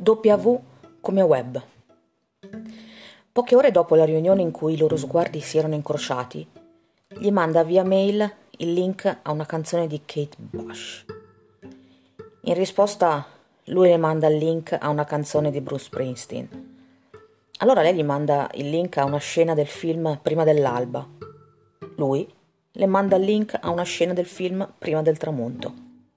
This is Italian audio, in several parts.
W come web. Poche ore dopo la riunione in cui i loro sguardi si erano incrociati, gli manda via mail il link a una canzone di Kate Bush. In risposta, lui le manda il link a una canzone di Bruce Springsteen. Allora lei gli manda il link a una scena del film Prima dell'alba. Lui le manda il link a una scena del film Prima del tramonto.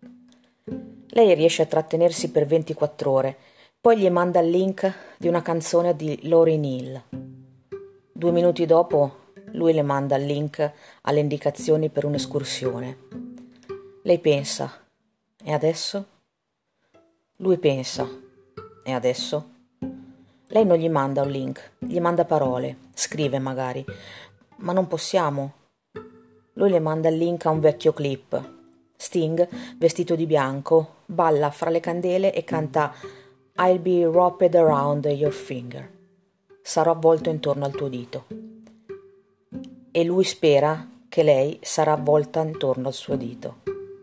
Lei riesce a trattenersi per 24 ore, poi gli manda il link di una canzone di Lauryn Hill. 2 minuti dopo, lui le manda il link alle indicazioni per un'escursione. Lei pensa, e adesso? Lui pensa, e adesso? Lei non gli manda un link, gli manda parole, scrive magari, ma non possiamo. Lui le manda il link a un vecchio clip. Sting, vestito di bianco, balla fra le candele e canta I'll be wrapped around your finger. Sarò avvolto intorno al tuo dito. E lui spera che lei sarà avvolta intorno al suo dito.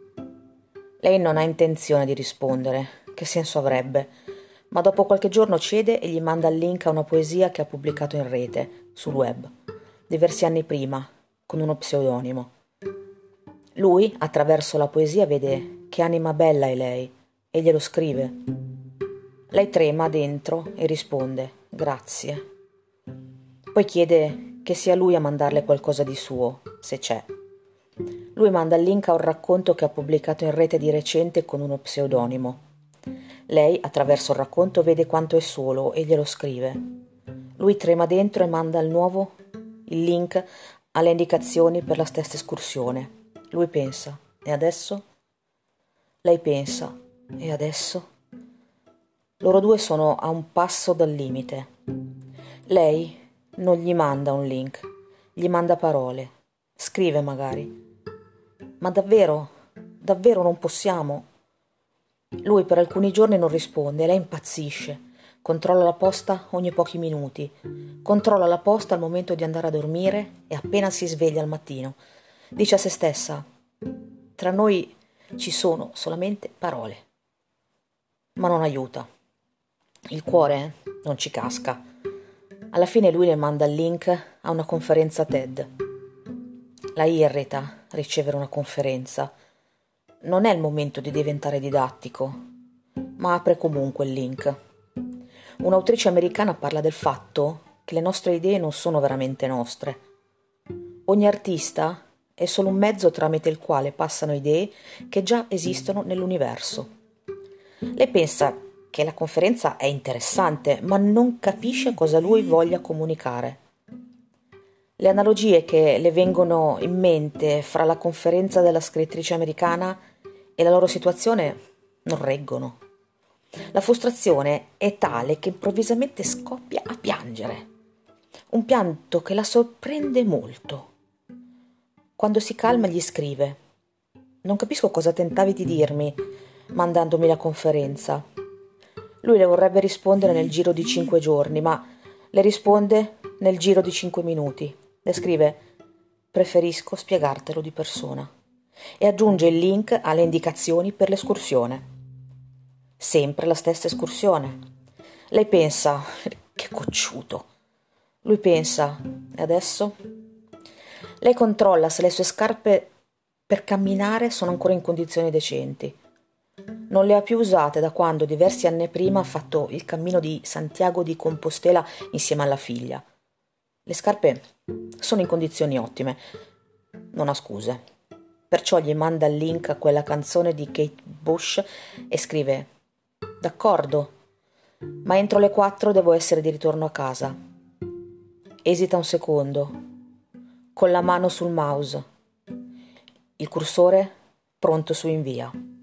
Lei non ha intenzione di rispondere, che senso avrebbe? Ma dopo qualche giorno cede e gli manda il link a una poesia che ha pubblicato in rete, sul web, diversi anni prima, con uno pseudonimo. Lui, attraverso la poesia, vede che anima bella è lei e glielo scrive. Lei trema dentro e risponde, grazie. Poi chiede che sia lui a mandarle qualcosa di suo, se c'è. Lui manda il link a un racconto che ha pubblicato in rete di recente con uno pseudonimo. Lei, attraverso il racconto, vede quanto è solo e glielo scrive. Lui trema dentro e manda il link alle indicazioni per la stessa escursione. Lui pensa, e adesso? Lei pensa, e adesso? Loro due sono a un passo dal limite. Lei non gli manda un link, gli manda parole, scrive magari. Ma davvero non possiamo? Lui per alcuni giorni non risponde, lei impazzisce. Controlla la posta ogni pochi minuti. Controlla la posta al momento di andare a dormire e appena si sveglia al mattino. Dice a se stessa, tra noi ci sono solamente parole. Ma non aiuta. Il cuore non ci casca. Alla fine lui le manda il link a una conferenza TED. La irrita ricevere una conferenza. Non è il momento di diventare didattico, ma apre comunque il link. Un'autrice americana parla del fatto che le nostre idee non sono veramente nostre. Ogni artista è solo un mezzo tramite il quale passano idee che già esistono nell'universo. Lei pensa che la conferenza è interessante, ma non capisce cosa lui voglia comunicare. Le analogie che le vengono in mente fra la conferenza della scrittrice americana e la loro situazione non reggono. La frustrazione è tale che improvvisamente scoppia a piangere. Un pianto che la sorprende molto. Quando si calma gli scrive: non capisco cosa tentavi di dirmi mandandomi la conferenza. Lui le vorrebbe rispondere nel giro di 5 giorni, ma le risponde nel giro di 5 minuti. Le scrive: preferisco spiegartelo di persona. E aggiunge il link alle indicazioni per l'escursione. Sempre la stessa escursione. Lei pensa, che cocciuto. Lui pensa, e adesso? Lei controlla se le sue scarpe per camminare sono ancora in condizioni decenti. Non le ha più usate da quando diversi anni prima ha fatto il cammino di Santiago di Compostela insieme alla figlia. Le scarpe sono in condizioni ottime, non ha scuse. Perciò gli manda il link a quella canzone di Kate Bush e scrive: d'accordo, ma entro le 4 devo essere di ritorno a casa. Esita un secondo, con la mano sul mouse, il cursore pronto su invia.